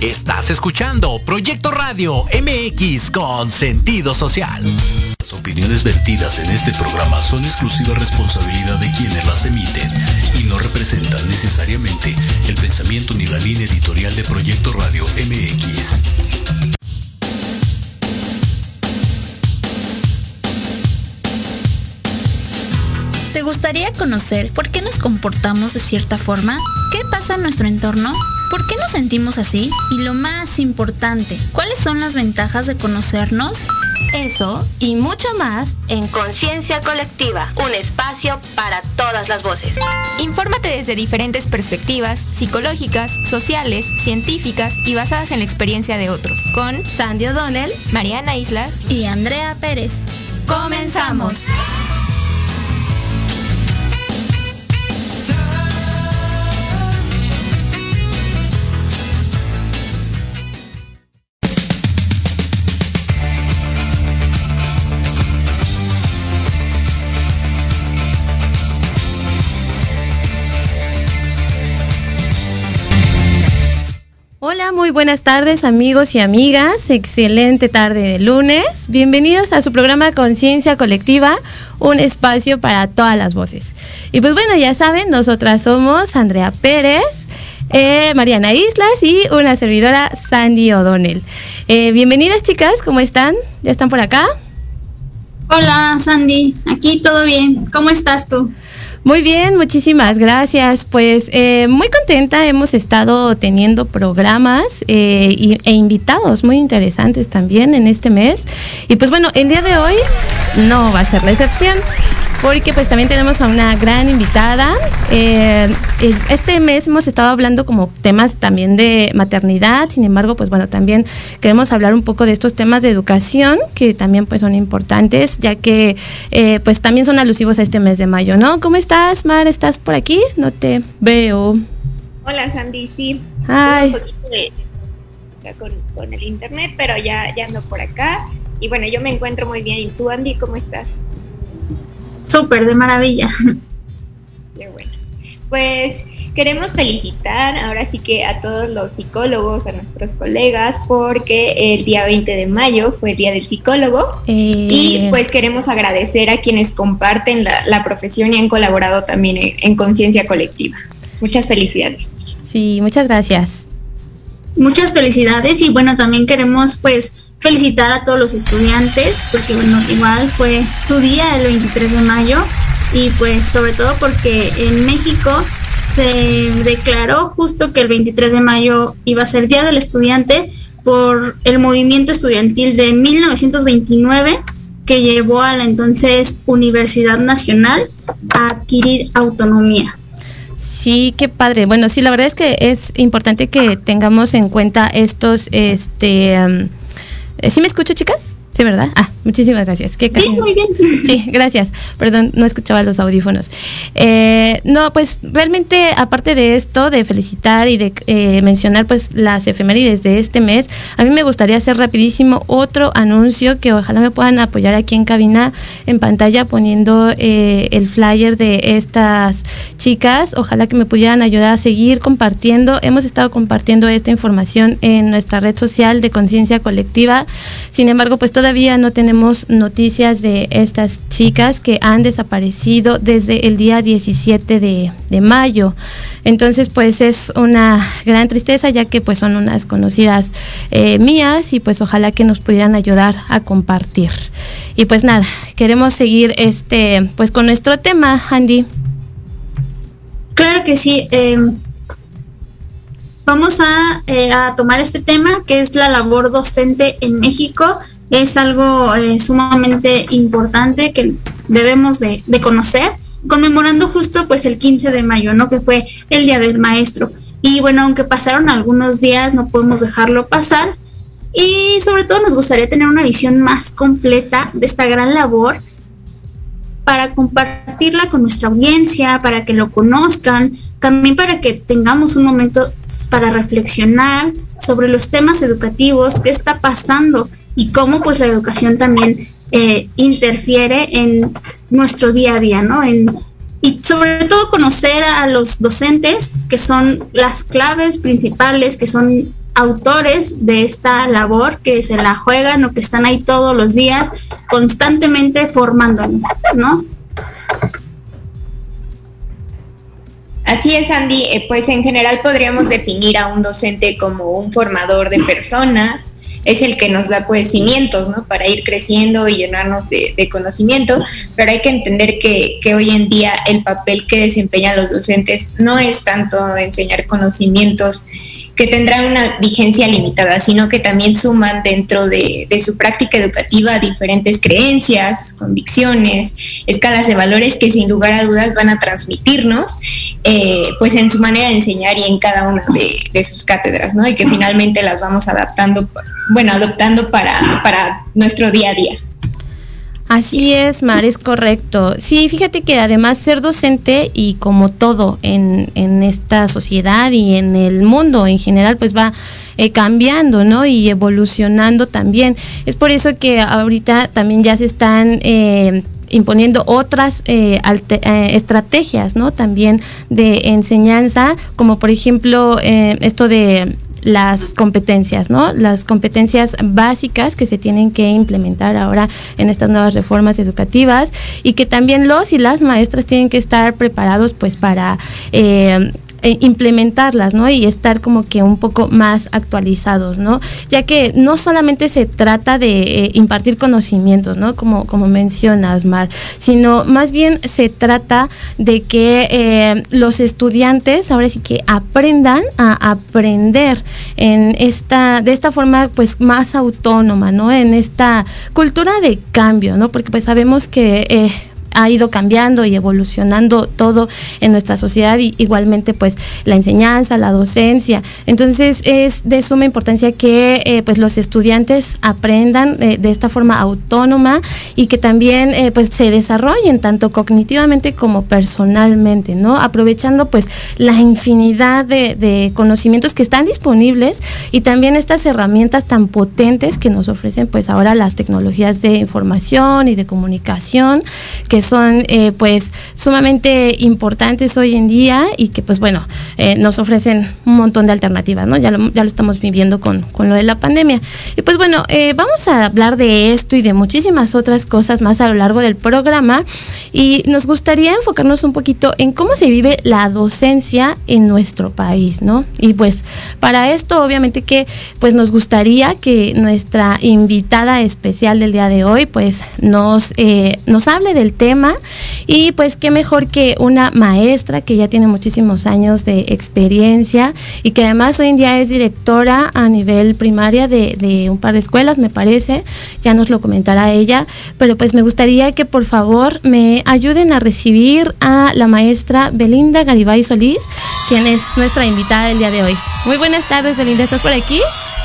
Estás escuchando Proyecto Radio MX con sentido social. Las opiniones vertidas en este programa son exclusiva responsabilidad de quienes las emiten y no representan necesariamente el pensamiento ni la línea editorial de Proyecto Radio MX. ¿Te gustaría conocer por qué nos comportamos de cierta forma? ¿Qué pasa en nuestro entorno? ¿Por qué nos sentimos así? Y lo más importante, ¿cuáles son las ventajas de conocernos? Eso y mucho más en Conciencia Colectiva, un espacio para todas las voces. Infórmate desde diferentes perspectivas psicológicas, sociales, científicas y basadas en la experiencia de otros, con Sandy O'Donnell, Mariana Islas y Andrea Pérez. ¡Comenzamos! Hola, muy buenas tardes amigos y amigas, excelente tarde de lunes, bienvenidos a su programa Conciencia Colectiva, un espacio para todas las voces. Y pues bueno, ya saben, nosotras somos Andrea Pérez, Mariana Islas y una servidora Sandy O'Donnell. Bienvenidas chicas, ¿cómo están? ¿Ya están por acá? Hola Sandy, aquí todo bien, ¿cómo estás tú? Muy bien, muchísimas gracias. Pues muy contenta, hemos estado teniendo programas e invitados muy interesantes también en este mes. Y pues bueno, el día de hoy no va a ser la excepción, porque pues también tenemos a una gran invitada. Este mes hemos estado hablando como temas también de maternidad, sin embargo, pues bueno, también queremos hablar un poco de estos temas de educación, que también pues son importantes, ya que pues también son alusivos a este mes de mayo, ¿no? ¿Cómo estás, Mar? ¿Estás por aquí? No te veo. Hola, Sandy, sí. Ay. Un poquito con el internet, pero ya ando por acá. Y bueno, yo me encuentro muy bien. ¿Y tú, Andy, cómo estás? Súper, de maravilla. Qué bueno. Pues queremos felicitar ahora sí que a todos los psicólogos, a nuestros colegas, porque el día 20 de mayo fue el Día del Psicólogo. Y pues queremos agradecer a quienes comparten la profesión y han colaborado también en Conciencia Colectiva. Muchas felicidades. Sí, muchas gracias. Muchas felicidades y bueno, también queremos pues felicitar a todos los estudiantes, porque bueno, igual fue su día el 23 de mayo y pues sobre todo porque en México se declaró justo que el 23 de mayo iba a ser Día del Estudiante por el movimiento estudiantil de 1929 que llevó a la entonces Universidad Nacional a adquirir autonomía. Sí, qué padre. Bueno, sí, la verdad es que es importante que tengamos en cuenta estos, ¿sí me escucho, chicas? Sí, ¿verdad? Muchísimas gracias. Sí, muy bien. Sí, gracias. Perdón, no escuchaba los audífonos. No, pues realmente, aparte de esto, de felicitar y de mencionar pues las efemérides de este mes, a mí me gustaría hacer rapidísimo otro anuncio que ojalá me puedan apoyar aquí en cabina, en pantalla, poniendo el flyer de estas chicas. Ojalá que me pudieran ayudar a seguir compartiendo. Hemos estado compartiendo esta información en nuestra red social de Conciencia Colectiva. Sin embargo, pues todavía no tenemos noticias de estas chicas que han desaparecido desde el día 17 de mayo. Entonces, pues es una gran tristeza, ya que pues son unas conocidas mías y pues ojalá que nos pudieran ayudar a compartir. Y pues nada, queremos seguir pues con nuestro tema, Andy. Claro que sí. Vamos a tomar este tema que es la labor docente en México. Es algo sumamente importante que debemos de conocer, conmemorando justo pues el 15 de mayo, ¿no? Que fue el Día del Maestro. Y bueno, aunque pasaron algunos días, no podemos dejarlo pasar. Y sobre todo nos gustaría tener una visión más completa de esta gran labor para compartirla con nuestra audiencia, para que lo conozcan, también para que tengamos un momento para reflexionar sobre los temas educativos, qué está pasando y cómo pues la educación también interfiere en nuestro día a día, ¿no? Y sobre todo conocer a los docentes, que son las claves principales, que son autores de esta labor, que se la juegan o que están ahí todos los días constantemente formándonos, ¿no? Así es, Andy. Pues en general podríamos definir a un docente como un formador de personas. Es el que nos da pues cimientos, ¿no? Para ir creciendo y llenarnos de conocimiento, pero hay que entender que hoy en día el papel que desempeñan los docentes no es tanto enseñar conocimientos que tendrán una vigencia limitada, sino que también suman dentro de su práctica educativa diferentes creencias, convicciones, escalas de valores que sin lugar a dudas van a transmitirnos pues en su manera de enseñar y en cada una de sus cátedras, ¿no? Y que finalmente las vamos adoptando para nuestro día a día. Así es, Mar, es correcto. Sí, fíjate que además ser docente y como todo en esta sociedad y en el mundo en general, pues va cambiando, ¿no? Y evolucionando también. Es por eso que ahorita también ya se están imponiendo otras estrategias, ¿no? También de enseñanza, como por ejemplo esto de las competencias, ¿no? Las competencias básicas que se tienen que implementar ahora en estas nuevas reformas educativas, y que también los y las maestras tienen que estar preparados pues para implementarlas, ¿no? Y estar como que un poco más actualizados, ¿no? Ya que no solamente se trata de impartir conocimientos, ¿no? Como mencionas, Mar, sino más bien se trata de que los estudiantes ahora sí que aprendan a aprender de esta forma pues más autónoma, ¿no? En esta cultura de cambio, ¿no? Porque pues sabemos que ha ido cambiando y evolucionando todo en nuestra sociedad, y igualmente pues la enseñanza, la docencia. Entonces es de suma importancia que pues los estudiantes aprendan de esta forma autónoma, y que también pues se desarrollen tanto cognitivamente como personalmente, ¿no? Aprovechando pues la infinidad de conocimientos que están disponibles, y también estas herramientas tan potentes que nos ofrecen pues ahora las tecnologías de información y de comunicación, que son pues sumamente importantes hoy en día, y que pues bueno, nos ofrecen un montón de alternativas, ¿no? Ya lo estamos viviendo con lo de la pandemia. Y pues bueno, vamos a hablar de esto y de muchísimas otras cosas más a lo largo del programa, y nos gustaría enfocarnos un poquito en cómo se vive la docencia en nuestro país, ¿no? Y pues para esto obviamente que pues nos gustaría que nuestra invitada especial del día de hoy pues nos hable del tema. Y pues qué mejor que una maestra que ya tiene muchísimos años de experiencia, y que además hoy en día es directora a nivel primaria de un par de escuelas, me parece. Ya nos lo comentará ella, pero pues me gustaría que por favor me ayuden a recibir a la maestra Belinda Garibay Solís, quien es nuestra invitada del día de hoy. Muy buenas tardes, Belinda, ¿estás por aquí?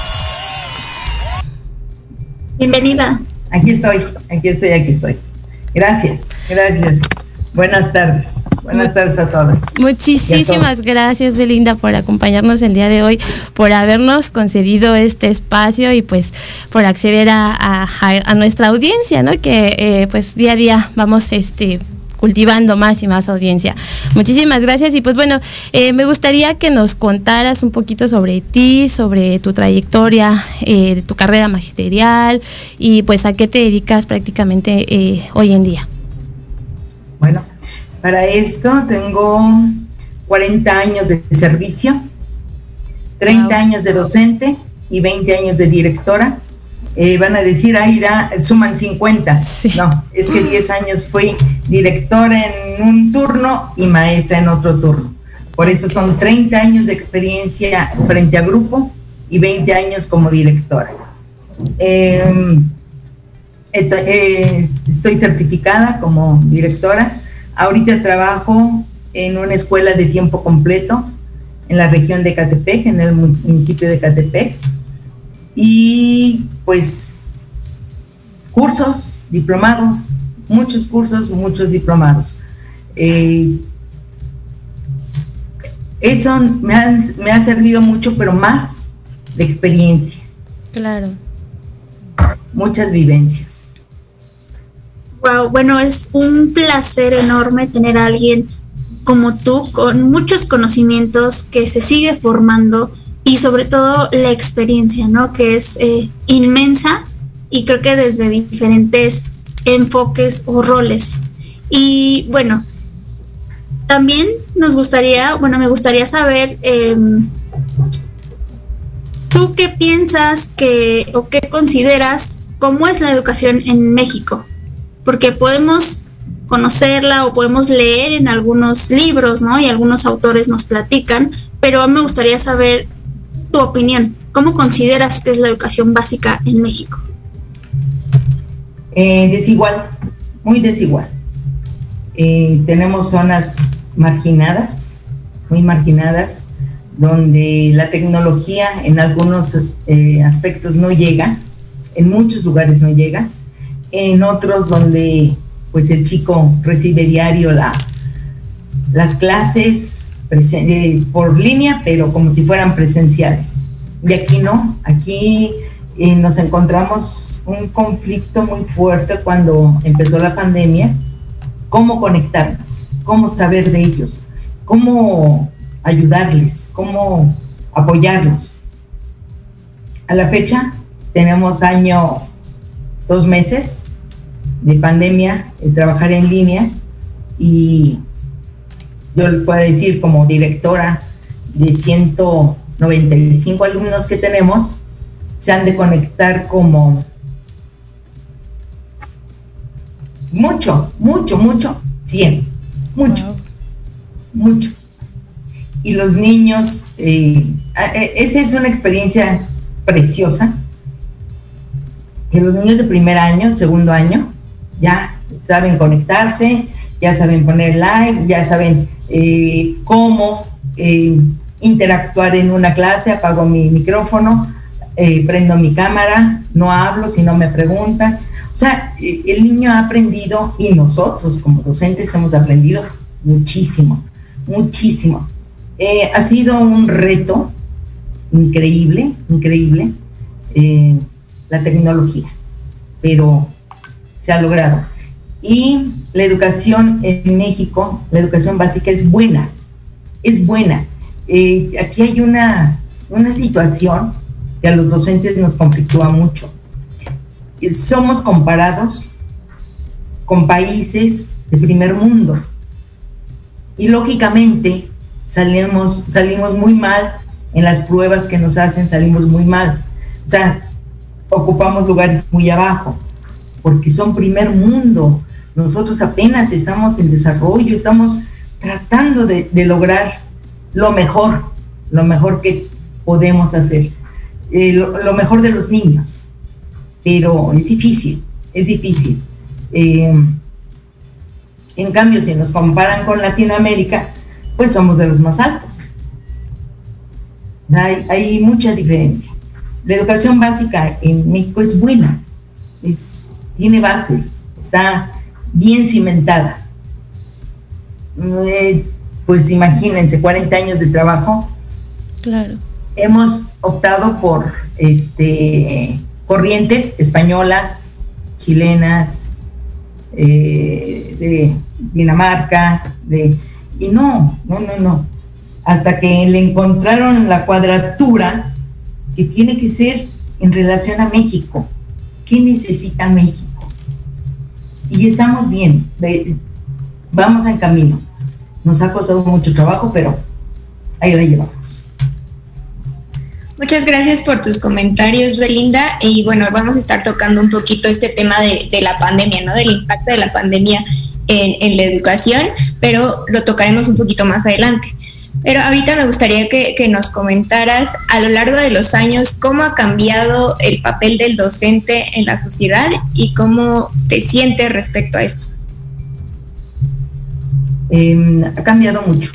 Bienvenida. Aquí estoy. Gracias. Buenas tardes a todas. Muchísimas gracias, Belinda, por acompañarnos el día de hoy, por habernos concedido este espacio y pues por acceder a nuestra audiencia, ¿no? Que pues día a día vamos cultivando más y más audiencia. Muchísimas gracias. Y pues bueno, me gustaría que nos contaras un poquito sobre ti, sobre tu trayectoria, de tu carrera magisterial, y pues a qué te dedicas prácticamente hoy en día. Bueno, para esto tengo 40 años de servicio, 30 años de docente y 20 años de directora. Van a decir, Aida, suman 50. Sí. No, es que 10 años fui directora en un turno y maestra en otro turno. Por eso son 30 años de experiencia frente a grupo y 20 años como directora. Estoy certificada como directora. Ahorita trabajo en una escuela de tiempo completo en la región de Ecatepec, en el municipio de Ecatepec. Y pues cursos, diplomados, muchos cursos, muchos diplomados. Eso me ha servido mucho, pero más de experiencia. Claro. Muchas vivencias. Wow, bueno, es un placer enorme tener a alguien como tú, con muchos conocimientos, que se sigue formando, y sobre todo la experiencia, ¿no? Que es inmensa y creo que desde diferentes enfoques o roles. Y bueno, también me gustaría saber, ¿tú qué piensas o qué consideras cómo es la educación en México? Porque podemos conocerla o podemos leer en algunos libros, ¿no? Y algunos autores nos platican, pero me gustaría saber tu opinión. ¿Cómo consideras que es la educación básica en México? Desigual, muy desigual. Tenemos zonas marginadas, muy marginadas, donde la tecnología en algunos aspectos no llega, en muchos lugares no llega, en otros donde pues el chico recibe diario las clases por línea, pero como si fueran presenciales. Y aquí no, aquí nos encontramos un conflicto muy fuerte cuando empezó la pandemia. Cómo conectarnos, cómo saber de ellos, cómo ayudarles, cómo apoyarlos. A la fecha tenemos 2 meses de pandemia, de trabajar en línea, y yo les puedo decir, como directora de 195 alumnos que tenemos, se han de conectar como mucho, 100, mucho. Y los niños, esa es una experiencia preciosa, que los niños de primer año, segundo año, ya saben conectarse, ya saben poner like, ya saben cómo interactuar en una clase. Apago mi micrófono, prendo mi cámara, no hablo si no me preguntan. O sea, el niño ha aprendido, y nosotros como docentes hemos aprendido muchísimo. Ha sido un reto increíble, la tecnología, pero se ha logrado. Y la educación en México, la educación básica es buena. Aquí hay una situación que a los docentes nos conflictúa mucho. Somos comparados con países de primer mundo y lógicamente salimos muy mal en las pruebas que nos hacen, salimos muy mal. O sea, ocupamos lugares muy abajo porque son primer mundo. Nosotros apenas estamos en desarrollo, estamos tratando de lograr lo mejor que podemos hacer, lo mejor de los niños. Pero es difícil. En cambio, si nos comparan con Latinoamérica, pues somos de los más altos. Hay mucha diferencia. La educación básica en México es buena, tiene bases, está bien cimentada. Pues imagínense, 40 años de trabajo. Claro. Hemos optado por corrientes españolas, chilenas, de Dinamarca, y no, hasta que le encontraron la cuadratura que tiene que ser en relación a México. ¿Qué necesita México? Y estamos bien, vamos en camino. Nos ha costado mucho trabajo, pero ahí la llevamos. Muchas gracias por tus comentarios, Belinda. Y bueno, vamos a estar tocando un poquito este tema de la pandemia, ¿no? Del impacto de la pandemia en la educación, pero lo tocaremos un poquito más adelante. Pero ahorita me gustaría que nos comentaras a lo largo de los años cómo ha cambiado el papel del docente en la sociedad y cómo te sientes respecto a esto. Ha cambiado mucho.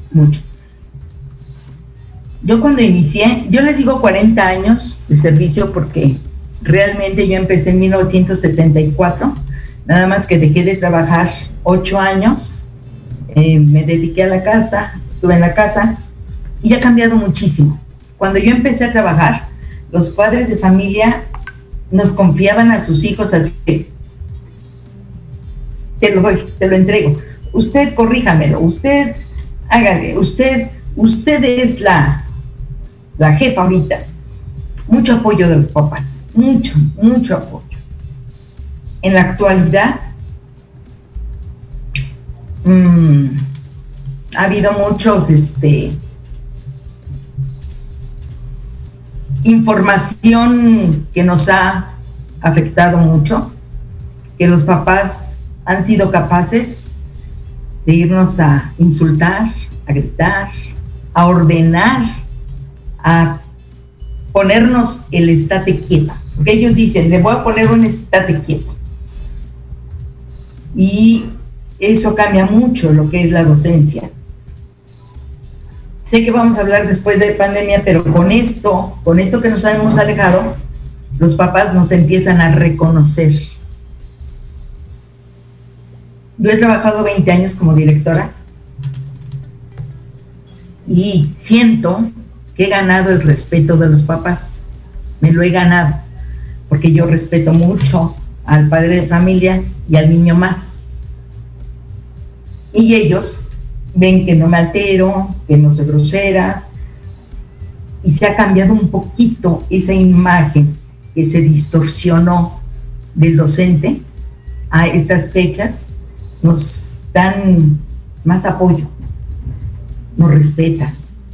Yo cuando inicié, yo les digo 40 años de servicio porque realmente yo empecé en 1974, nada más que dejé de trabajar 8 años, me dediqué a la casa, estuve en la casa y ha cambiado muchísimo. Cuando yo empecé a trabajar, los padres de familia nos confiaban a sus hijos así: te lo doy, te lo entrego, usted corríjamelo, usted hágale, usted es la jefa ahorita, mucho apoyo de los papás, mucho apoyo. En la actualidad, ha habido muchos, información que nos ha afectado mucho, que los papás han sido capaces de irnos a insultar, a gritar, a ordenar, a ponernos el estate quieto, porque ellos dicen, le voy a poner un estate quieto. Y eso cambia mucho lo que es la docencia. Sé que vamos a hablar después de pandemia, pero con esto que nos hemos alejado, los papás nos empiezan a reconocer. Yo he trabajado 20 años como directora y siento que he ganado el respeto de los papás. Me lo he ganado, porque yo respeto mucho al padre de familia y al niño más. Y ellos ven que no me altero, que no soy grosera, y se ha cambiado un poquito esa imagen que se distorsionó del docente. A estas fechas nos dan más apoyo, nos respetan.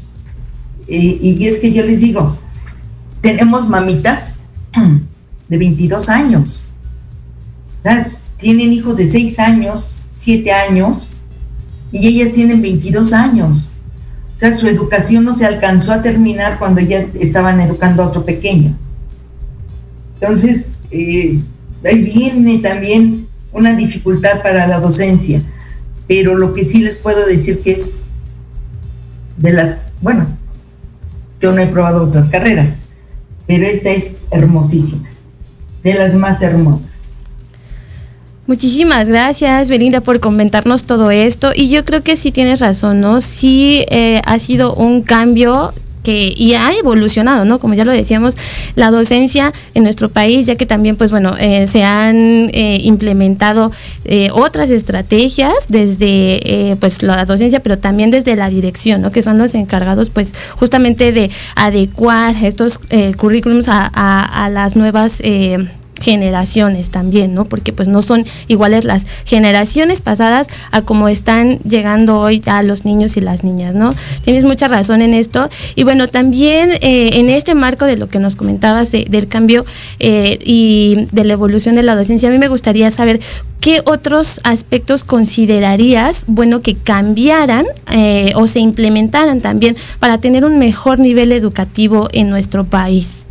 Y es que yo les digo, tenemos mamitas de 22 años, ¿sabes? Tienen hijos de 6 años, 7 años, y ellas tienen 22 años. O sea, su educación no se alcanzó a terminar cuando ya estaban educando a otro pequeño. Entonces, ahí viene también una dificultad para la docencia, pero lo que sí les puedo decir que es de las, bueno, yo no he probado otras carreras, pero esta es hermosísima, de las más hermosas. Muchísimas gracias, Belinda, por comentarnos todo esto. Y yo creo que sí tienes razón, ¿no? Sí ha sido un cambio y ha evolucionado, ¿no? Como ya lo decíamos, la docencia en nuestro país, ya que también, pues bueno, se han implementado otras estrategias desde pues la docencia, pero también desde la dirección, ¿no? Que son los encargados, pues justamente de adecuar estos currículums a las nuevas generaciones también, ¿no? Porque pues no son iguales las generaciones pasadas a como están llegando hoy a los niños y las niñas, ¿no? Tienes mucha razón en esto. Y bueno, también en este marco de lo que nos comentabas del cambio y de la evolución de la docencia, a mí me gustaría saber qué otros aspectos considerarías, bueno, que cambiaran o se implementaran también para tener un mejor nivel educativo en nuestro país.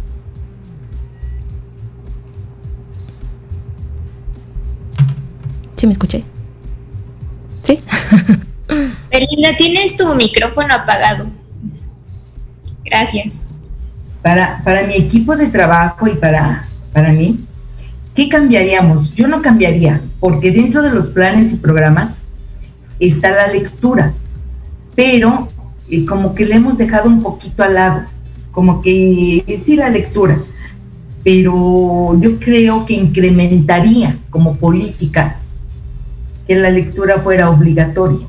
¿Sí me escuché? ¿Sí? Belinda, tienes tu micrófono apagado. Gracias. Para mi equipo de trabajo y para mí, ¿qué cambiaríamos? Yo no cambiaría, porque dentro de los planes y programas está la lectura, pero como que le hemos dejado un poquito al lado, como que sí la lectura, pero yo creo que incrementaría como política que la lectura fuera obligatoria.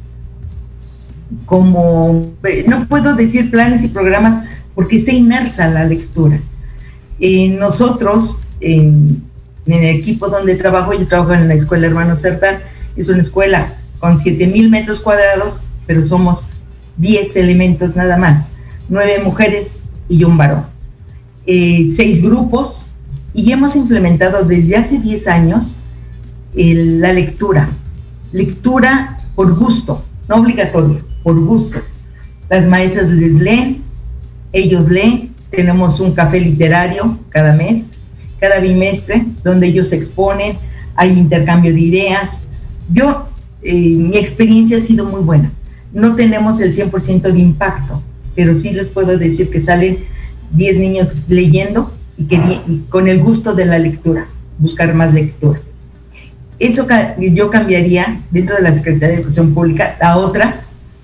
Como, no puedo decir planes y programas porque está inmersa la lectura. Nosotros, en el equipo donde trabajo, yo trabajo en la escuela Hermano Certa, es una escuela con 7,000 metros cuadrados, pero somos 10 elementos nada más, 9 mujeres y un varón, 6 grupos, y hemos implementado desde hace 10 años la lectura por gusto, no obligatorio, por gusto. Las maestras les leen, ellos leen, tenemos un café literario cada mes, cada bimestre, donde ellos exponen, hay intercambio de ideas. Mi experiencia ha sido muy buena. No tenemos el 100% de impacto, pero sí les puedo decir que salen 10 niños leyendo y con el gusto de la lectura, buscar más lectura. Eso yo cambiaría dentro de la Secretaría de Educación Pública. La otra,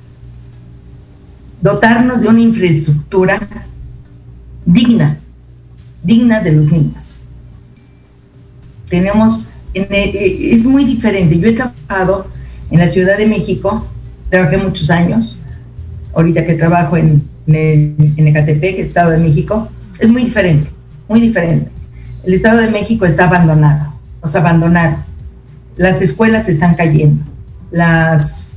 dotarnos de una infraestructura digna de los niños. Es muy diferente. Yo he trabajado en la Ciudad de México, trabajé muchos años, ahorita que trabajo en en Ecatepec, el Estado de México, es muy diferente, muy diferente. El Estado de México está abandonado, nos abandonaron. Las escuelas se están cayendo, las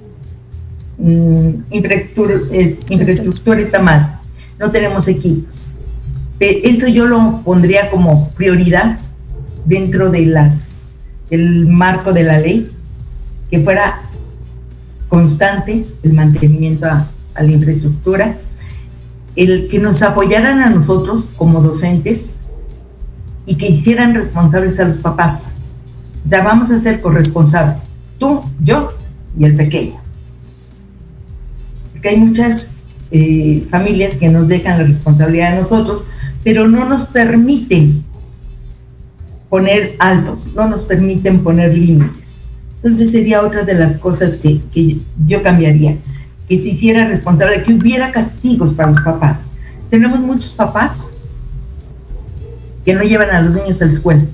infraestructura está mal, no tenemos equipos. Eso yo lo pondría como prioridad dentro de el marco de la ley, que fuera constante el mantenimiento a la infraestructura, el que nos apoyaran a nosotros como docentes y que hicieran responsables a los papás. O sea, vamos a ser corresponsables, tú, yo y el pequeño. Porque hay muchas familias que nos dejan la responsabilidad a nosotros, pero no nos permiten poner altos, no nos permiten poner límites. Entonces sería otra de las cosas que yo cambiaría, que se hiciera responsable, que hubiera castigos para los papás. Tenemos muchos papás que no llevan a los niños a la escuela.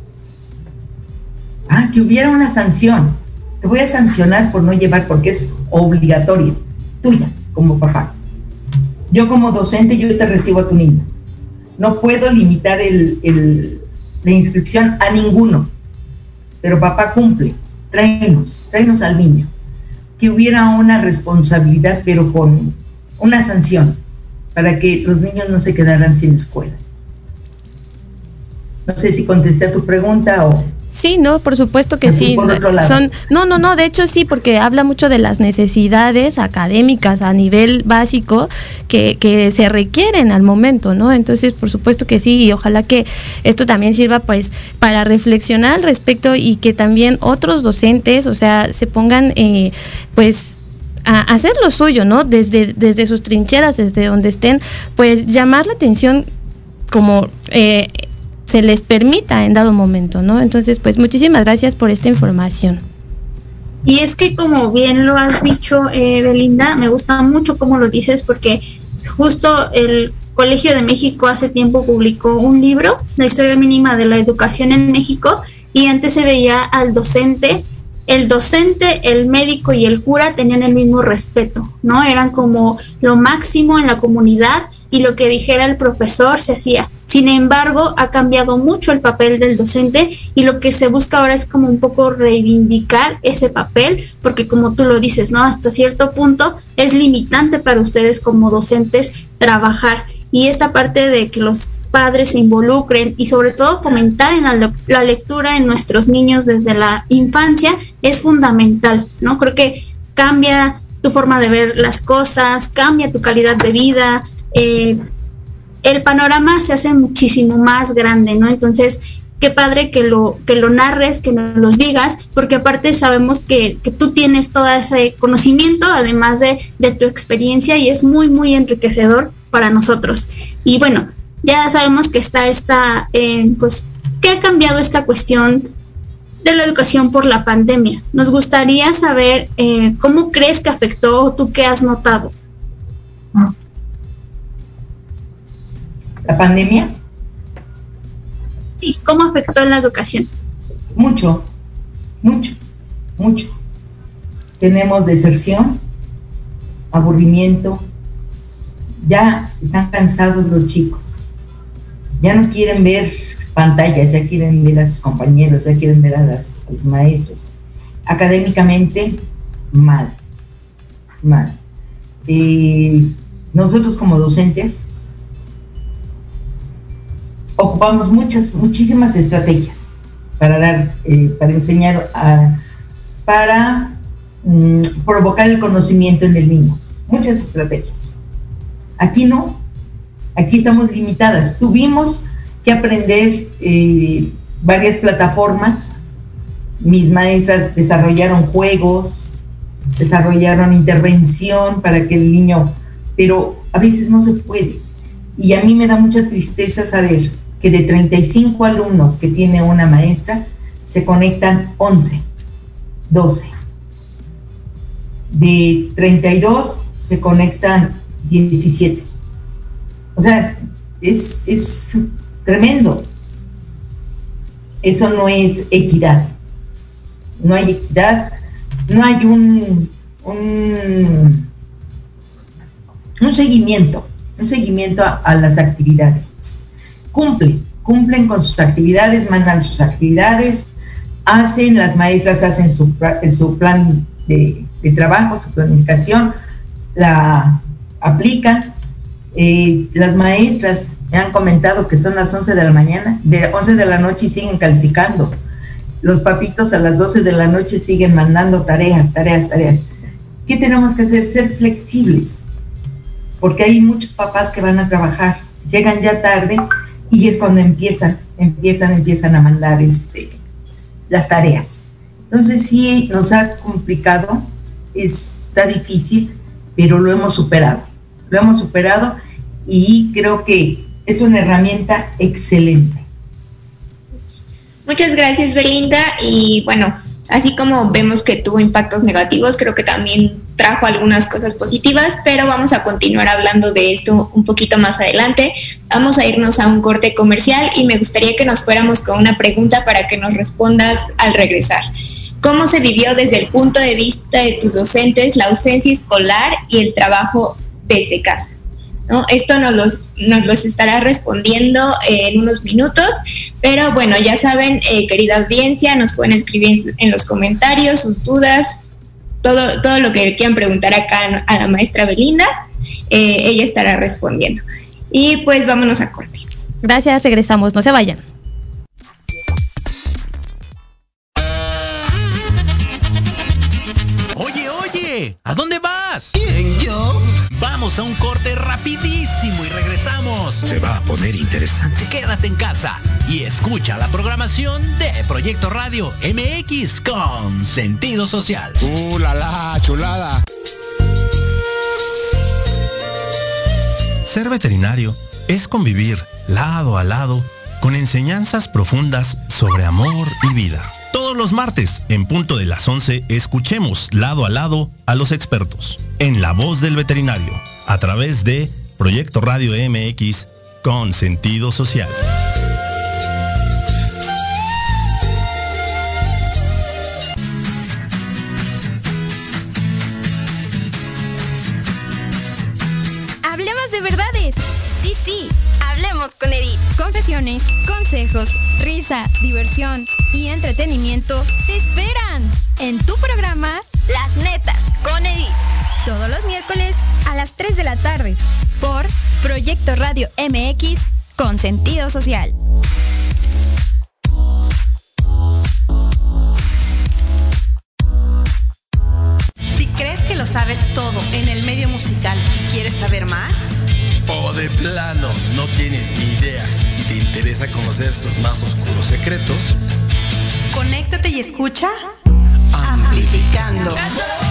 Que hubiera una sanción. Te voy a sancionar por no llevar, porque es obligatoria, tuya, como papá. Yo como docente, yo te recibo a tu niño. No puedo limitar la inscripción a ninguno, pero papá cumple, tráenos al niño. Que hubiera una responsabilidad, pero con una sanción, para que los niños no se quedaran sin escuela. No sé si contesté a tu pregunta o... Sí, no, por supuesto que sí. No, de hecho sí, porque habla mucho de las necesidades académicas a nivel básico que se requieren al momento, ¿no? Entonces, por supuesto que sí, y ojalá que esto también sirva pues para reflexionar al respecto y que también otros docentes, o sea, se pongan pues a hacer lo suyo, ¿no? Desde sus trincheras, desde donde estén, pues llamar la atención como se les permita en dado momento, ¿no? Entonces, pues muchísimas gracias por esta información. Y es que como bien lo has dicho, Belinda, me gusta mucho cómo lo dices, porque justo el Colegio de México hace tiempo publicó un libro, La historia mínima de la educación en México, y antes se veía al docente, el médico y el cura tenían el mismo respeto, ¿no? Eran como lo máximo en la comunidad y lo que dijera el profesor se hacía. Sin embargo, ha cambiado mucho el papel del docente y lo que se busca ahora es como un poco reivindicar ese papel, porque como tú lo dices, ¿no? Hasta cierto punto es limitante para ustedes como docentes trabajar. Y esta parte de que los padres se involucren y sobre todo fomentar en la lectura en nuestros niños desde la infancia es fundamental, ¿no? Creo que cambia tu forma de ver las cosas, cambia tu calidad de vida, el panorama se hace muchísimo más grande, ¿no? Entonces, qué padre que lo narres, que nos los digas, porque aparte sabemos que tú tienes todo ese conocimiento, además de tu experiencia, y es muy, muy enriquecedor para nosotros. Y bueno, ya sabemos que está pues, ¿qué ha cambiado esta cuestión de la educación por la pandemia? Nos gustaría saber cómo crees que afectó o tú qué has notado. ¿La pandemia? Sí, ¿cómo afectó en la educación? Mucho. Tenemos deserción, aburrimiento, ya están cansados los chicos, ya no quieren ver pantallas, ya quieren ver a sus compañeros, ya quieren ver a los maestros. Académicamente, mal. Nosotros como docentes ocupamos muchísimas estrategias para enseñar, para provocar el conocimiento en el niño. Muchas estrategias. Aquí no, aquí estamos limitadas. Tuvimos que aprender varias plataformas. Mis maestras desarrollaron juegos, desarrollaron intervención para que el niño, pero a veces no se puede. Y a mí me da mucha tristeza saber que de 35 alumnos que tiene una maestra, se conectan 11, 12. De 32 se conectan 17. O sea, es tremendo. Eso no es equidad. No hay equidad, no hay un seguimiento a las actividades. Cumplen con sus actividades, mandan sus actividades, las maestras hacen su plan de trabajo, su planificación, la aplican. Las maestras me han comentado que son las 11 de la mañana, de 11 de la noche y siguen calificando. Los papitos a las 12 de la noche siguen mandando tareas. ¿Qué tenemos que hacer? Ser flexibles, porque hay muchos papás que van a trabajar, llegan ya tarde y es cuando empiezan a mandar las tareas. Entonces sí nos ha complicado, está difícil, pero lo hemos superado y creo que es una herramienta excelente. Muchas gracias, Belinda. Y bueno, así como vemos que tuvo impactos negativos, creo que también trajo algunas cosas positivas, pero vamos a continuar hablando de esto un poquito más adelante. Vamos a irnos a un corte comercial y me gustaría que nos fuéramos con una pregunta para que nos respondas al regresar. ¿Cómo se vivió desde el punto de vista de tus docentes la ausencia escolar y el trabajo desde casa? ¿No? Esto nos los estará respondiendo en unos minutos, pero bueno, ya saben, querida audiencia, nos pueden escribir en los comentarios sus dudas, todo lo que quieran preguntar acá a la maestra Belinda, ella estará respondiendo. Y pues vámonos a corte. Gracias, regresamos, no se vayan. Oye, ¿a dónde vas? ¿Quién, yo? Vamos a un corte rapidísimo y regresamos. Se va a poner interesante. Quédate en casa y escucha la programación de Proyecto Radio MX con sentido social. La chulada! Ser veterinario es convivir lado a lado con enseñanzas profundas sobre amor y vida. Todos los martes, en punto de las 11, escuchemos lado a lado a los expertos, en La Voz del Veterinario, a través de Proyecto Radio MX con sentido social. Hablemos de verdades. Sí, hablemos con Edith. Confesiones, consejos, risa, diversión y entretenimiento te esperan en tu programa Las Netas con Edith. Todos los miércoles a las 3 de la tarde por Proyecto Radio MX con sentido social. Si crees que lo sabes todo en el medio musical y quieres saber más, o de plano no tienes ni idea y te interesa conocer sus más oscuros secretos, conéctate y escucha Amplificando,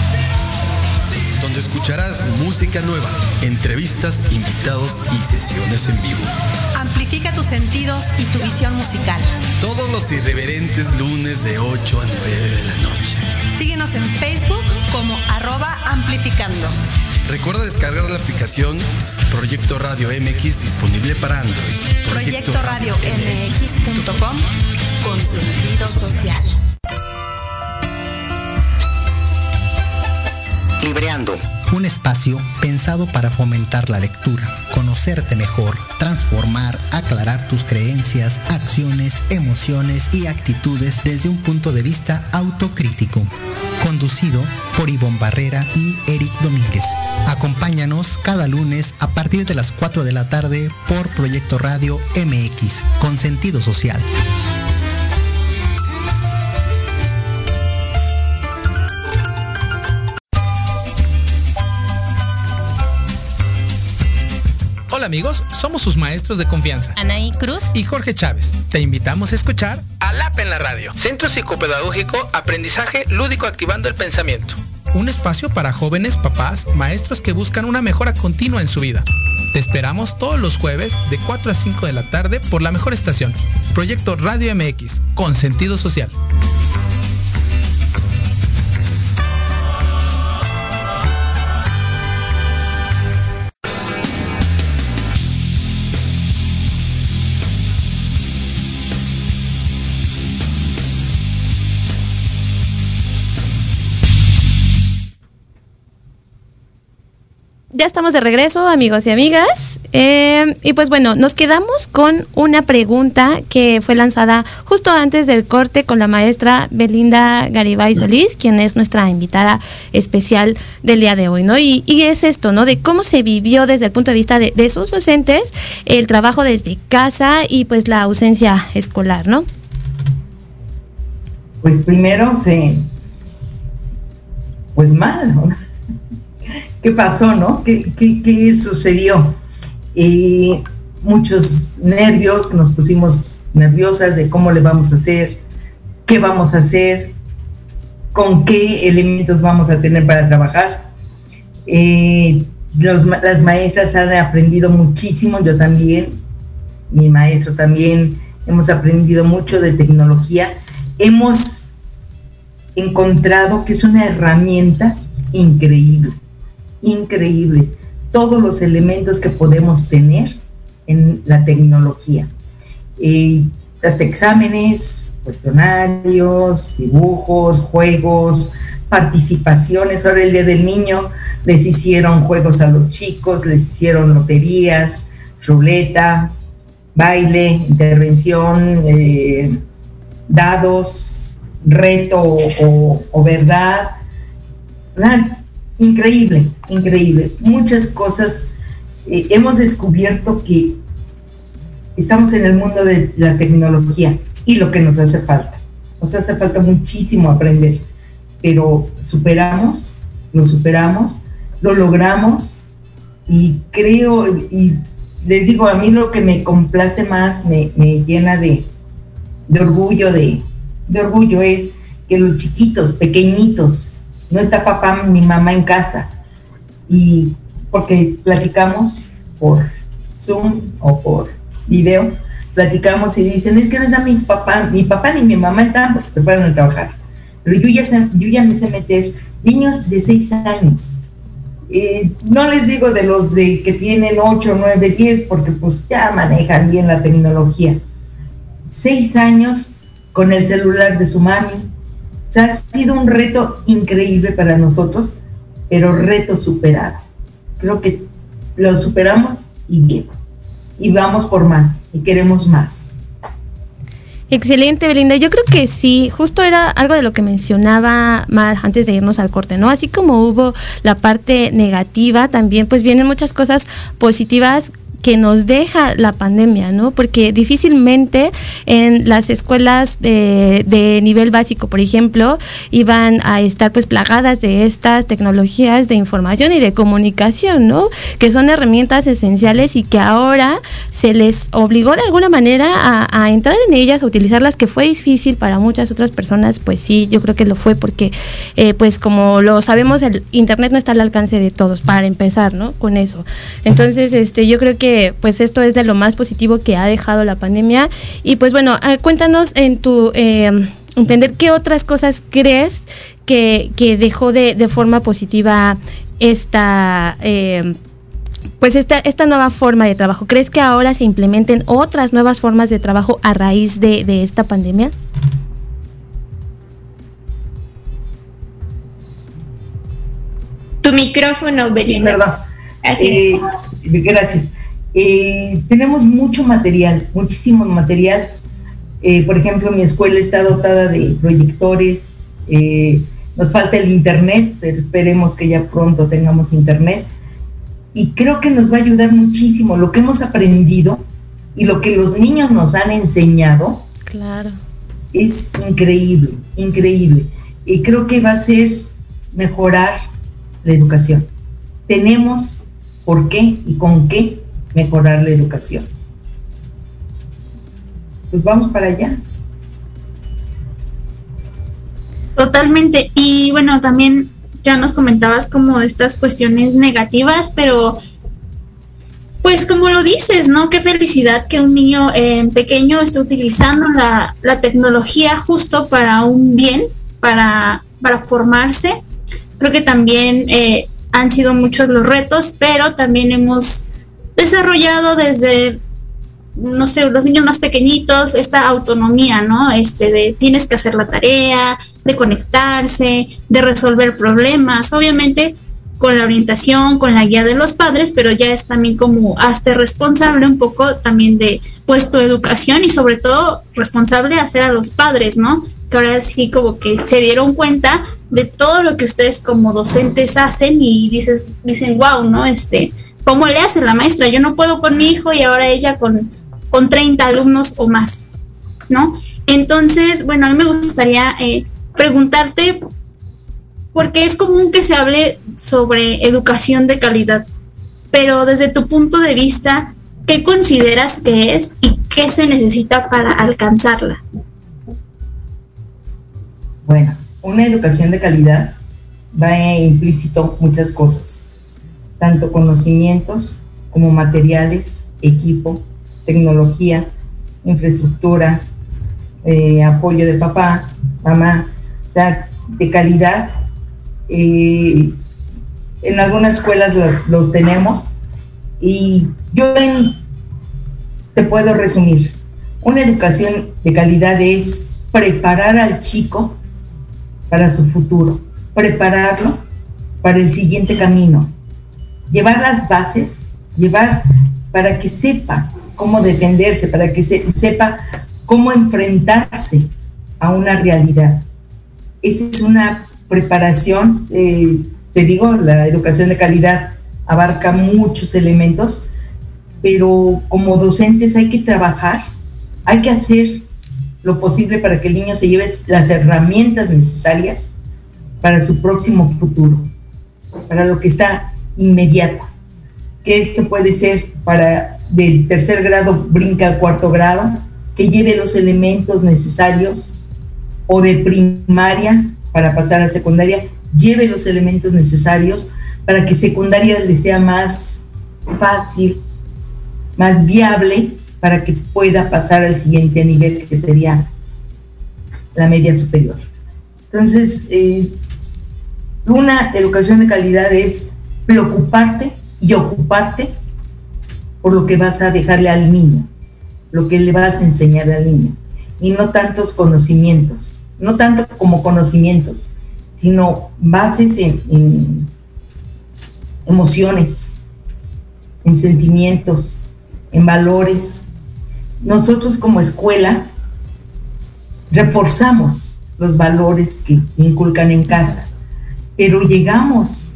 donde escucharás música nueva, entrevistas, invitados y sesiones en vivo. Amplifica tus sentidos y tu visión musical. Todos los irreverentes lunes de 8 a 9 de la noche. Síguenos en Facebook como @amplificando. Recuerda descargar la aplicación Proyecto Radio MX disponible para Android. ProyectoRadioMX.com con sentido social. Libreando, un espacio pensado para fomentar la lectura, conocerte mejor, transformar, aclarar tus creencias, acciones, emociones y actitudes desde un punto de vista autocrítico. Conducido por Ivonne Barrera y Eric Domínguez. Acompáñanos cada lunes a partir de las 4 de la tarde por Proyecto Radio MX, con sentido social. Hola amigos, somos sus maestros de confianza, Anaí Cruz y Jorge Chávez. Te invitamos a escuchar ALAP en la radio, Centro Psicopedagógico Aprendizaje Lúdico Activando el Pensamiento. Un espacio para jóvenes, papás, maestros que buscan una mejora continua en su vida. Te esperamos todos los jueves de 4 a 5 de la tarde por la mejor estación, Proyecto Radio MX, con sentido social. ya estamos de regreso, amigos y amigas. Y pues bueno, nos quedamos con una pregunta que fue lanzada justo antes del corte con la maestra Belinda Garibay Solís, quien es nuestra invitada especial del día de hoy, ¿no? Y es esto, ¿no? De cómo se vivió desde el punto de vista de sus docentes el trabajo desde casa y pues la ausencia escolar, ¿no? Pues primero pues mal, ¿no? ¿Qué pasó, no? ¿Qué sucedió? Muchos nervios, nos pusimos nerviosas de cómo le vamos a hacer, qué vamos a hacer, con qué elementos vamos a tener para trabajar. Las maestras han aprendido muchísimo, yo también, mi maestro también, hemos aprendido mucho de tecnología. Hemos encontrado que es una herramienta increíble, increíble. Todos los elementos que podemos tener en la tecnología. Hasta exámenes, cuestionarios, dibujos, juegos, participaciones. Ahora el Día del Niño les hicieron juegos a los chicos, les hicieron loterías, ruleta, baile, intervención, dados, reto o verdad. Increíble, increíble. Muchas cosas. Hemos descubierto que estamos en el mundo de la tecnología y lo que nos hace falta. Nos hace falta muchísimo aprender, pero lo superamos, lo logramos y creo, y les digo, a mí lo que me complace más, me llena de orgullo, de orgullo es que los chiquitos, pequeñitos, no está papá ni mamá en casa, y porque platicamos por Zoom o por video, platicamos y dicen, es que no está mi papá ni mi mamá están porque se fueron a trabajar, pero yo ya me sé meter niños de 6 años, no les digo de los de que tienen 8, 9, 10, porque pues ya manejan bien la tecnología. 6 años con el celular de su mami. O sea, ha sido un reto increíble para nosotros, pero reto superado. Creo que lo superamos y bien. Y vamos por más, y queremos más. Excelente, Belinda. Yo creo que sí, justo era algo de lo que mencionaba Mar antes de irnos al corte, ¿no? Así como hubo la parte negativa, también pues vienen muchas cosas positivas que nos deja la pandemia, ¿no? Porque difícilmente en las escuelas de nivel básico, por ejemplo, iban a estar pues plagadas de estas tecnologías de información y de comunicación, ¿no? Que son herramientas esenciales y que ahora se les obligó de alguna manera a entrar en ellas, a utilizarlas, que fue difícil para muchas otras personas. Pues sí, yo creo que lo fue porque pues como lo sabemos, el internet no está al alcance de todos, para empezar, ¿no? Con eso. Entonces, yo creo que pues esto es de lo más positivo que ha dejado la pandemia. Y pues bueno, cuéntanos en tu entender qué otras cosas crees que dejó de forma positiva esta nueva forma de trabajo. ¿Crees que ahora se implementen otras nuevas formas de trabajo a raíz de esta pandemia? Tu micrófono, Belinda. Perdón. Gracias. Tenemos mucho material, muchísimo material. Por ejemplo, mi escuela está dotada de proyectores, nos falta el internet, pero esperemos que ya pronto tengamos internet. Y creo que nos va a ayudar muchísimo lo que hemos aprendido y lo que los niños nos han enseñado. Claro. Es increíble, increíble. Y creo que va a ser mejorar la educación. Tenemos por qué y con qué mejorar la educación. Pues vamos para allá. Totalmente. Y bueno, también ya nos comentabas como de estas cuestiones negativas, pero pues como lo dices, ¿no? Qué felicidad que un niño pequeño esté utilizando la tecnología justo para un bien, para formarse. Creo que también han sido muchos los retos, pero también hemos desarrollado desde, no sé, los niños más pequeñitos, esta autonomía, ¿no? De tienes que hacer la tarea, de conectarse, de resolver problemas. Obviamente, con la orientación, con la guía de los padres, pero ya es también como hazte responsable un poco también de pues tu educación, y sobre todo responsable de hacer a los padres, ¿no? Que ahora sí como que se dieron cuenta de todo lo que ustedes como docentes hacen y dicen, wow, ¿no? ¿Cómo le hace la maestra? Yo no puedo con mi hijo y ahora ella con 30 alumnos o más, ¿no? Entonces, bueno, a mí me gustaría preguntarte, porque es común que se hable sobre educación de calidad, pero desde tu punto de vista, ¿qué consideras que es y qué se necesita para alcanzarla? Bueno, una educación de calidad va implícito muchas cosas, tanto conocimientos como materiales, equipo, tecnología, infraestructura, apoyo de papá, mamá, o sea, de calidad. En algunas escuelas los tenemos, y yo te puedo resumir. Una educación de calidad es preparar al chico para su futuro, prepararlo para el siguiente camino, llevar las bases, llevar para que sepa cómo defenderse, para que sepa cómo enfrentarse a una realidad. Esa es una preparación, te digo, la educación de calidad abarca muchos elementos, pero como docentes hay que trabajar, hay que hacer lo posible para que el niño se lleve las herramientas necesarias para su próximo futuro, para lo que está inmediato, que esto puede ser para del tercer grado brinca al cuarto grado, que lleve los elementos necesarios, o de primaria para pasar a secundaria, lleve los elementos necesarios para que secundaria le sea más fácil, más viable, para que pueda pasar al siguiente nivel, que sería la media superior. Entonces, una educación de calidad es preocuparte y ocuparte por lo que vas a dejarle al niño, lo que le vas a enseñar al niño, y no tantos conocimientos, no tanto como conocimientos, sino bases en emociones, en sentimientos, en valores. Nosotros como escuela reforzamos los valores que inculcan en casa, pero llegamos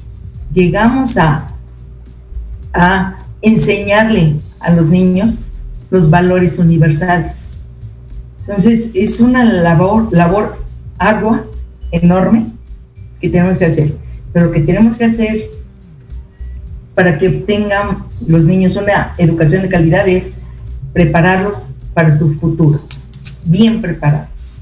a enseñarle a los niños los valores universales. Entonces es una labor ardua, enorme, que tenemos que hacer, pero lo que tenemos que hacer para que tengan los niños una educación de calidad es prepararlos para su futuro, bien preparados.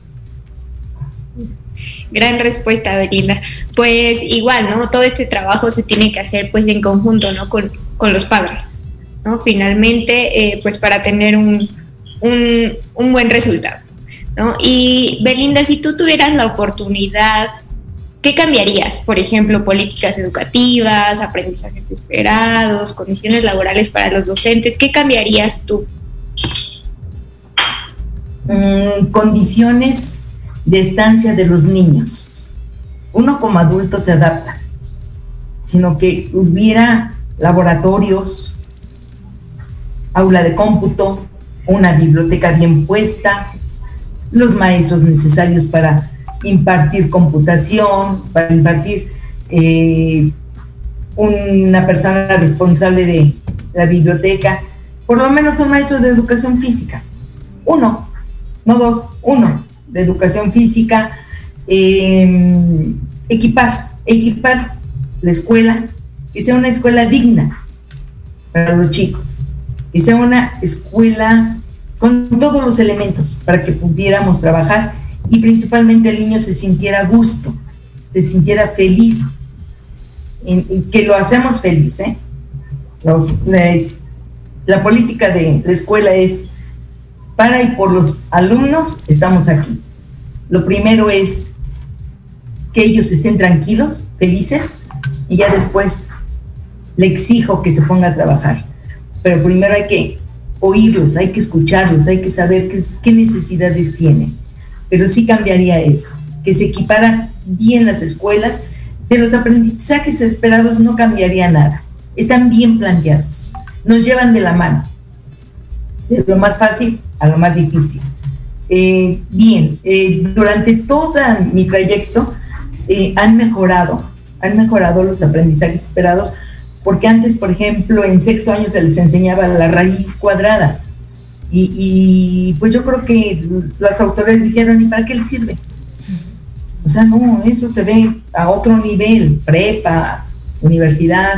Gran respuesta, Belinda. Pues igual, ¿no? Todo este trabajo se tiene que hacer pues en conjunto, ¿no? Con los padres, ¿no? Finalmente, pues para tener un buen resultado, ¿no? Y Belinda, si tú tuvieras la oportunidad, ¿qué cambiarías? Por ejemplo, políticas educativas, aprendizajes esperados, condiciones laborales para los docentes. ¿Qué cambiarías tú? Condiciones de estancia de los niños. Uno como adulto se adapta, sino que hubiera laboratorios, aula de cómputo, una biblioteca bien puesta, los maestros necesarios para impartir computación, para impartir una persona responsable de la biblioteca, por lo menos un maestro de educación física, uno, no dos, uno de educación física, equipar la escuela, que sea una escuela digna para los chicos, que sea una escuela con todos los elementos para que pudiéramos trabajar y principalmente el niño se sintiera a gusto, se sintiera feliz, que lo hacemos feliz, ¿eh? La política de la escuela es para y por los alumnos estamos aquí. Lo primero es que ellos estén tranquilos, felices, y ya después le exijo que se ponga a trabajar. Pero primero hay que oírlos, hay que escucharlos, hay que saber qué necesidades tienen. Pero sí cambiaría eso, que se equiparan bien las escuelas, De los aprendizajes esperados no cambiaría nada. Están bien planteados. Nos llevan de la mano. De lo más fácil a lo más difícil. Durante todo mi trayecto han mejorado los aprendizajes esperados, porque antes, por ejemplo, en sexto año se les enseñaba la raíz cuadrada. Y pues yo creo que las autoridades dijeron, ¿y para qué les sirve? O sea, no, eso se ve a otro nivel, prepa, universidad,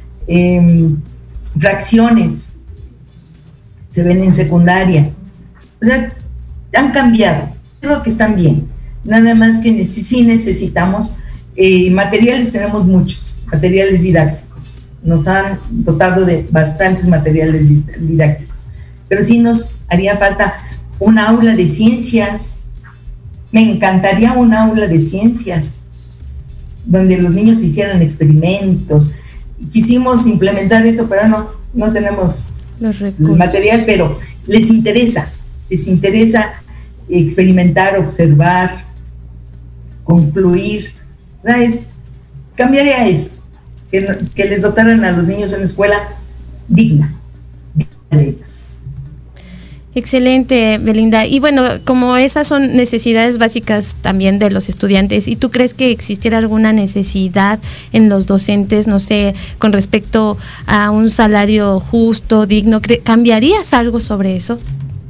fracciones, se ven en secundaria. O sea, han cambiado, creo que están bien. Nada más que sí necesitamos materiales, tenemos muchos, materiales didácticos. Nos han dotado de bastantes materiales didácticos. Pero sí nos haría falta un aula de ciencias. Me encantaría un aula de ciencias donde los niños hicieran experimentos. Quisimos implementar eso, pero no tenemos el material, pero les interesa experimentar, observar, concluir. Cambiaría eso, que les dotaran a los niños una escuela digna de ellos. Excelente, Belinda. Y bueno, como esas son necesidades básicas también de los estudiantes, ¿y tú crees que existiera alguna necesidad en los docentes, no sé, con respecto a un salario justo, digno? ¿Cambiarías algo sobre eso?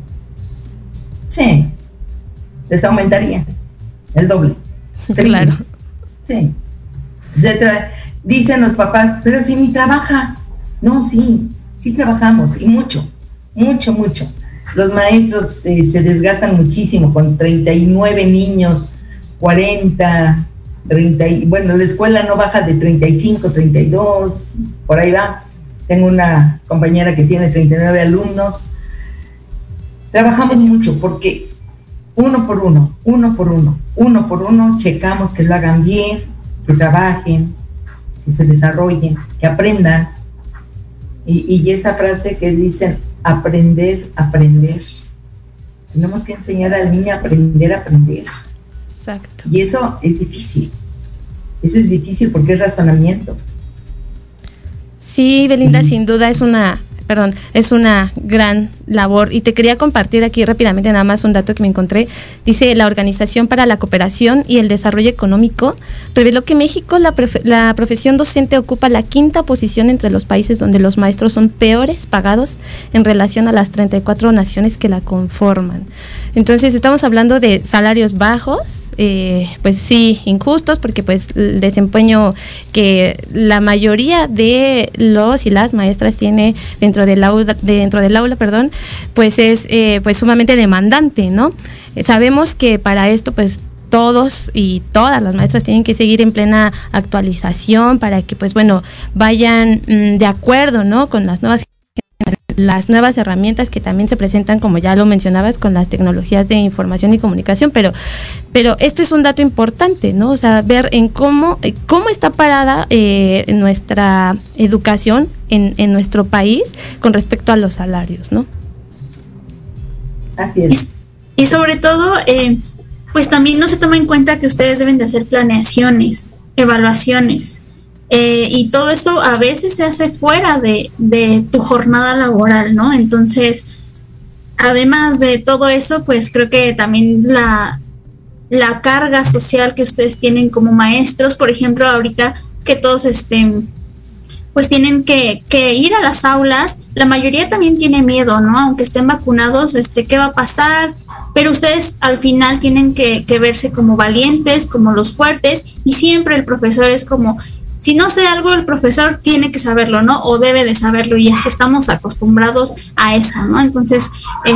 Sí, les aumentaría el doble. Claro. Sí. Dicen los papás, pero si ni trabaja. No, sí trabajamos, y mucho. Los maestros se desgastan muchísimo con 39 niños, 40, 30, bueno, la escuela no baja de 35, 32, por ahí va. Tengo una compañera que tiene 39 alumnos. Trabajamos mucho porque uno por uno, checamos que lo hagan bien, que trabajen, que se desarrollen, que aprendan. Y esa frase que dicen, aprender. Tenemos que enseñar al niño a aprender. Exacto. Y eso es difícil. Eso es difícil porque es razonamiento. Sí, Belinda, sin duda es una gran labor. Y te quería compartir aquí rápidamente nada más un dato que me encontré. Dice, la Organización para la Cooperación y el Desarrollo Económico reveló que México, la profesión docente ocupa la 5ª posición entre los países donde los maestros son peores pagados en relación a las 34 naciones que la conforman. Entonces estamos hablando de salarios bajos, pues sí, injustos, porque pues el desempeño que la mayoría de los y las maestras tiene dentro del aula, pues es pues sumamente demandante, ¿no? Sabemos que para esto pues todos y todas las maestras tienen que seguir en plena actualización para que pues bueno vayan de acuerdo, ¿no? Con las nuevas herramientas que también se presentan, como ya lo mencionabas, con las tecnologías de información y comunicación, pero esto es un dato importante, ¿no? O sea, ver en cómo está parada nuestra educación en nuestro país con respecto a los salarios, ¿no? Así es. Y sobre todo, pues también no se toma en cuenta que ustedes deben de hacer planeaciones, evaluaciones, y todo eso a veces se hace fuera de tu jornada laboral, ¿no? Entonces, además de todo eso, pues creo que también la carga social que ustedes tienen como maestros, por ejemplo, ahorita que todos pues tienen que ir a las aulas, la mayoría también tiene miedo, ¿no? Aunque estén vacunados, ¿qué va a pasar? Pero ustedes al final tienen que verse como valientes, como los fuertes, y siempre el profesor es como, si no sé algo, el profesor tiene que saberlo, ¿no? O debe de saberlo, y es que estamos acostumbrados a eso, ¿no? Entonces,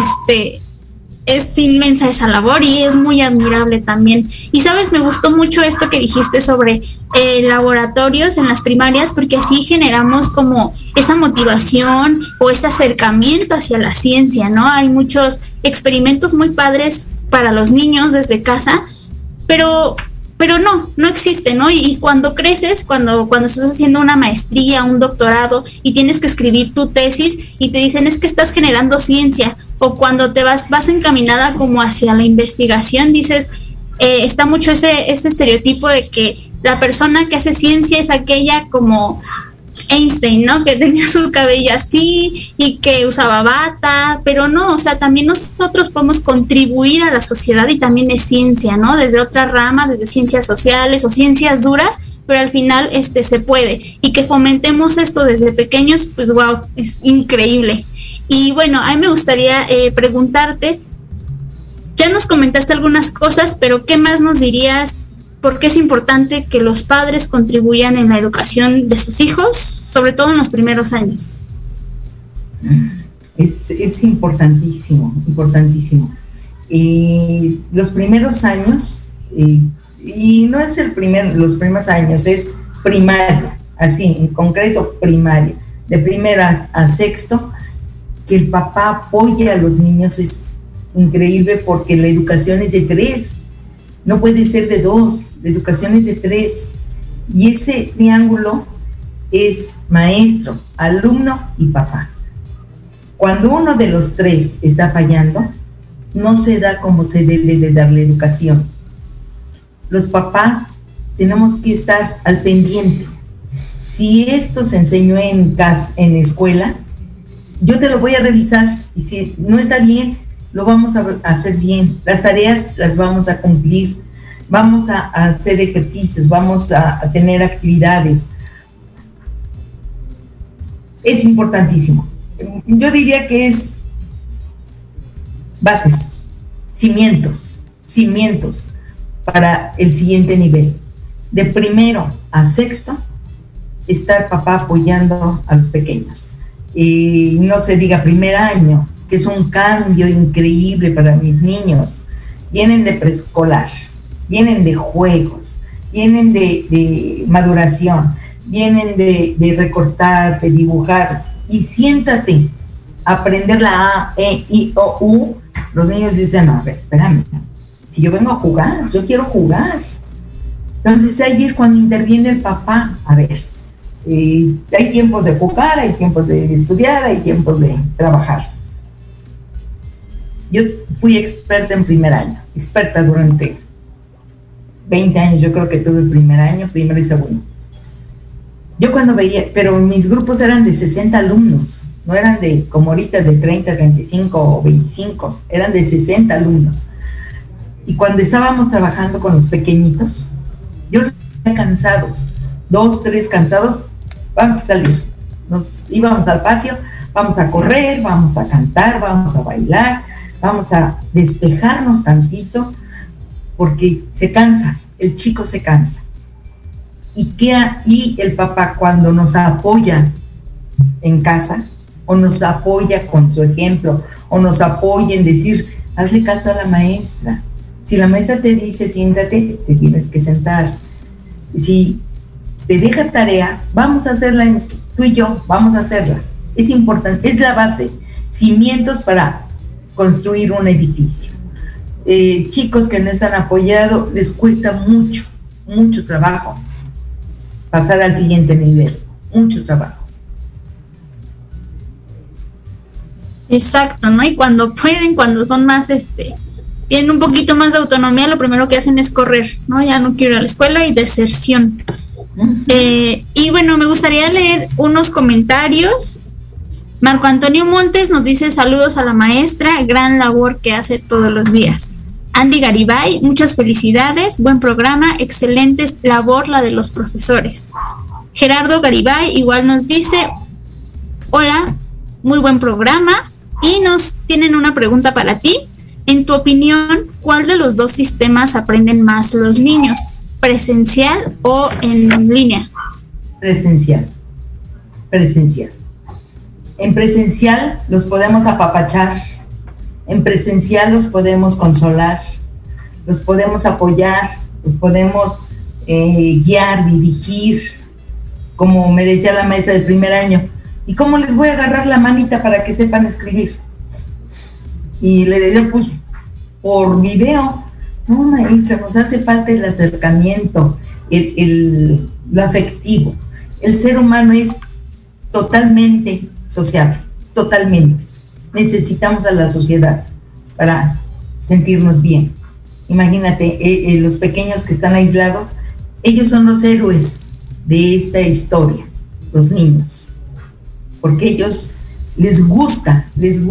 es inmensa esa labor y es muy admirable también. Y sabes, me gustó mucho esto que dijiste sobre laboratorios en las primarias, porque así generamos como esa motivación o ese acercamiento hacia la ciencia, ¿no? Hay muchos experimentos muy padres para los niños desde casa, pero no existe, ¿no? Y cuando creces, cuando estás haciendo una maestría, un doctorado y tienes que escribir tu tesis y te dicen es que estás generando ciencia, o cuando te vas encaminada como hacia la investigación, dices, está mucho ese estereotipo de que la persona que hace ciencia es aquella como Einstein, ¿no? Que tenía su cabello así y que usaba bata, pero no, o sea, también nosotros podemos contribuir a la sociedad y también es ciencia, ¿no? Desde otra rama, desde ciencias sociales o ciencias duras, pero al final se puede. Y que fomentemos esto desde pequeños, pues wow, es increíble. Y bueno, a mí me gustaría preguntarte, ya nos comentaste algunas cosas, pero ¿qué más nos dirías? ¿Por qué es importante que los padres contribuyan en la educación de sus hijos, sobre todo en los primeros años? Es importantísimo, importantísimo. Los primeros años, y no es los primeros años, es primaria, así, en concreto primaria, de primera a sexto, que el papá apoye a los niños es increíble porque la educación es de 3. No puede ser de 2, la educación es de 3. Y ese triángulo es maestro, alumno y papá. Cuando uno de los 3 está fallando, no se da como se debe de dar la educación. Los papás tenemos que estar al pendiente. Si esto se enseñó en escuela, yo te lo voy a revisar y si no está bien, lo vamos a hacer bien, las tareas las vamos a cumplir, vamos a hacer ejercicios, vamos a tener actividades. Es importantísimo. Yo diría que es bases, cimientos para el siguiente nivel. De primero a sexto, está papá apoyando a los pequeños. Y no se diga primer año, que es un cambio increíble para mis niños. Vienen de preescolar, vienen de juegos, vienen de maduración, vienen de recortar, de dibujar, y siéntate a aprender la A, E, I, O, U. Los niños dicen, no, a ver, espérame, si yo vengo a jugar, yo quiero jugar. Entonces ahí es cuando interviene el papá. A ver, hay tiempos de jugar, hay tiempos de estudiar, hay tiempos de trabajar. Yo fui experta en primer año, experta durante 20 años, yo creo que tuve primer año, primero y segundo. Yo cuando veía, pero mis grupos eran de 60 alumnos, no eran de, como ahorita, de 30, 35 o 25, eran de 60 alumnos. Y cuando estábamos trabajando con los pequeñitos, yo los veía cansados, 2, 3 cansados, vamos a salir. Nos íbamos al patio, vamos a correr, vamos a cantar, vamos a bailar, vamos a despejarnos tantito, porque se cansa, el chico se cansa. Y el papá, cuando nos apoya en casa, o nos apoya con su ejemplo, o nos apoya en decir, hazle caso a la maestra. Si la maestra te dice, siéntate, te tienes que sentar. Si te deja tarea, vamos a hacerla, tú y yo, vamos a hacerla. Es importante, es la base, cimientos para construir un edificio. Chicos que no están apoyados, les cuesta mucho trabajo pasar al siguiente nivel, mucho trabajo. Exacto, ¿no? Y cuando pueden, cuando son más, tienen un poquito más de autonomía, lo primero que hacen es correr, ¿no? Ya no quiero ir a la escuela y deserción. Y bueno, me gustaría leer unos comentarios. Marco Antonio Montes nos dice saludos a la maestra, gran labor que hace todos los días. Andy Garibay, muchas felicidades, buen programa, excelente labor la de los profesores. Gerardo Garibay igual nos dice, hola, muy buen programa, y nos tienen una pregunta para ti. En tu opinión, ¿cuál de los dos sistemas aprenden más los niños? ¿Presencial o en línea? Presencial. En presencial los podemos apapachar, en presencial los podemos consolar, los podemos apoyar, los podemos guiar, dirigir, como me decía la maestra del primer año. ¿Y cómo les voy a agarrar la manita para que sepan escribir? Y le decía, pues, por video. No, maestra, nos hace falta el acercamiento, lo afectivo. El ser humano es totalmente sociable, totalmente. Necesitamos a la sociedad para sentirnos bien. Imagínate, los pequeños que están aislados, ellos son los héroes de esta historia, los niños, porque ellos les gusta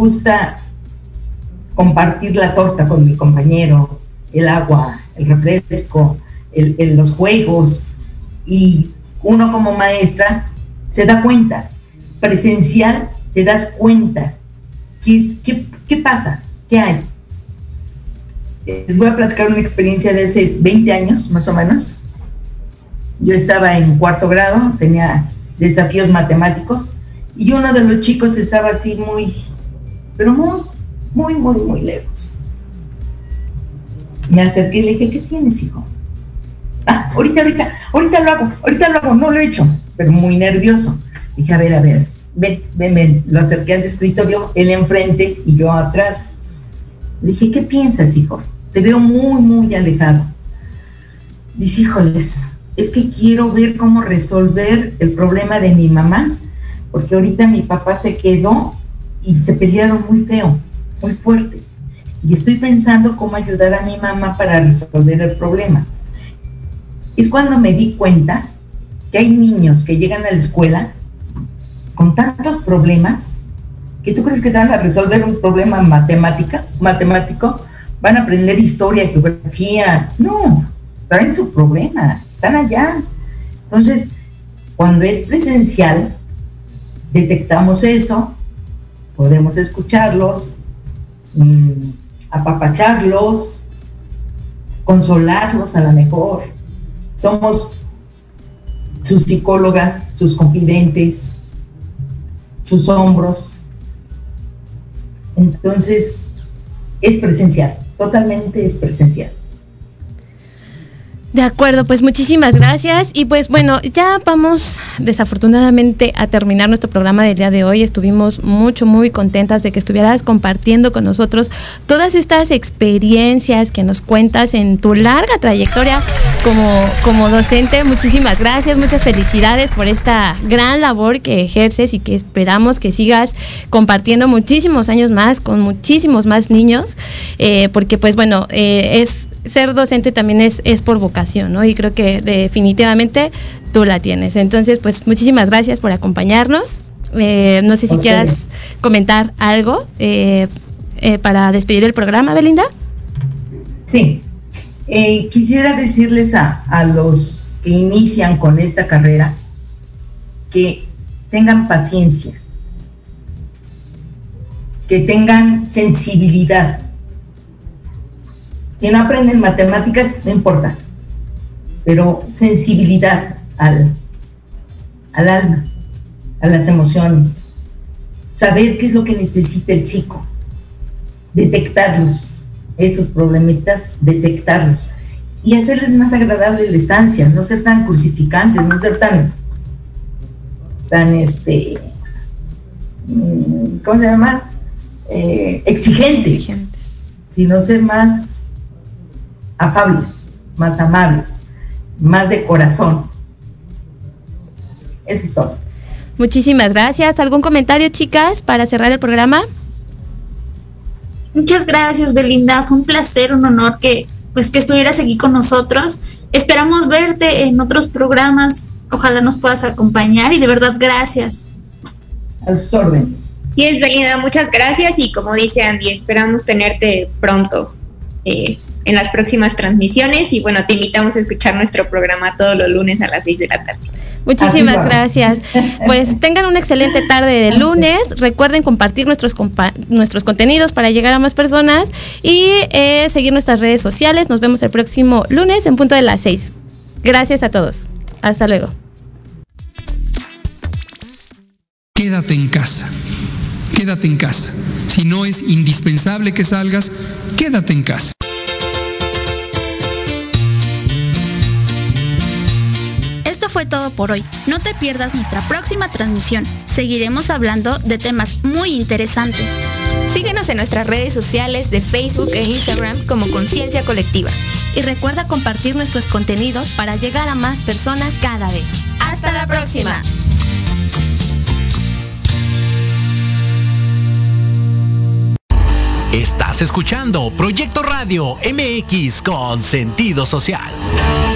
compartir la torta con mi compañero, el agua, el refresco, los juegos, y uno como maestra se da cuenta, presencial te das cuenta, ¿qué pasa? ¿Qué hay? Les voy a platicar una experiencia de hace 20 años, más o menos. Yo estaba en 4º grado, tenía desafíos matemáticos, y uno de los chicos estaba así muy lejos. Me acerqué y le dije, ¿qué tienes, hijo? Ahorita lo hago, no lo he hecho, pero muy nervioso. Dije, a ver, ven, lo acerqué al escritorio, él enfrente y yo atrás. Le dije, ¿qué piensas, hijo? Te veo muy alejado. Dice, híjoles, es que quiero ver cómo resolver el problema de mi mamá, porque ahorita mi papá se quedó y se pelearon muy feo, muy fuerte. Y estoy pensando cómo ayudar a mi mamá para resolver el problema. Es cuando me di cuenta que hay niños que llegan a la escuela con tantos problemas que tú crees que van a resolver un problema matemático, van a aprender historia, geografía. No, traen su problema, están allá. Entonces, cuando es presencial, detectamos eso, podemos escucharlos, apapacharlos, consolarlos a lo mejor. Somos sus psicólogas, sus confidentes, sus hombros. Entonces, es presencial, totalmente es presencial. De acuerdo, pues muchísimas gracias. Y pues bueno, ya vamos desafortunadamente a terminar nuestro programa del día de hoy. Estuvimos muy contentas de que estuvieras compartiendo con nosotros todas estas experiencias que nos cuentas en tu larga trayectoria como docente. Muchísimas gracias, muchas felicidades por esta gran labor que ejerces y que esperamos que sigas compartiendo muchísimos años más con muchísimos más niños, porque pues bueno, ser docente también es por vocación, ¿no? Y creo que definitivamente tú la tienes. Entonces, pues muchísimas gracias por acompañarnos. No sé si quieras comentar algo para despedir el programa, Belinda. Sí. Quisiera decirles a los que inician con esta carrera que tengan paciencia, que tengan sensibilidad. Si no aprenden matemáticas, no importa, pero sensibilidad al alma, a las emociones, saber qué es lo que necesita el chico, detectarlos, esos problemitas, detectarlos y hacerles más agradable la estancia, no ser tan crucificantes, no ser tan ¿cómo se llama? Exigentes, sino ser más afables, más amables, más de corazón. Eso es todo. Muchísimas gracias. ¿Algún comentario, chicas, para cerrar el programa? Muchas gracias, Belinda. Fue un placer, un honor que estuvieras aquí con nosotros. Esperamos verte en otros programas. Ojalá nos puedas acompañar y de verdad, gracias. A sus órdenes. Y es, Belinda, muchas gracias y como dice Andy, esperamos tenerte pronto en las próximas transmisiones y bueno, te invitamos a escuchar nuestro programa todos los lunes a las 6 de la tarde. Muchísimas gracias. Pues tengan una excelente tarde de lunes. Recuerden compartir nuestros contenidos para llegar a más personas y seguir nuestras redes sociales. Nos vemos el próximo lunes en punto de las 6. Gracias a todos. Hasta luego. Quédate en casa. Quédate en casa. Si no es indispensable que salgas, quédate en casa. Fue todo por hoy. No te pierdas nuestra próxima transmisión. Seguiremos hablando de temas muy interesantes. Síguenos en nuestras redes sociales de Facebook e Instagram como Conciencia Colectiva. Y recuerda compartir nuestros contenidos para llegar a más personas cada vez. ¡Hasta la próxima! Estás escuchando Proyecto Radio MX con sentido social.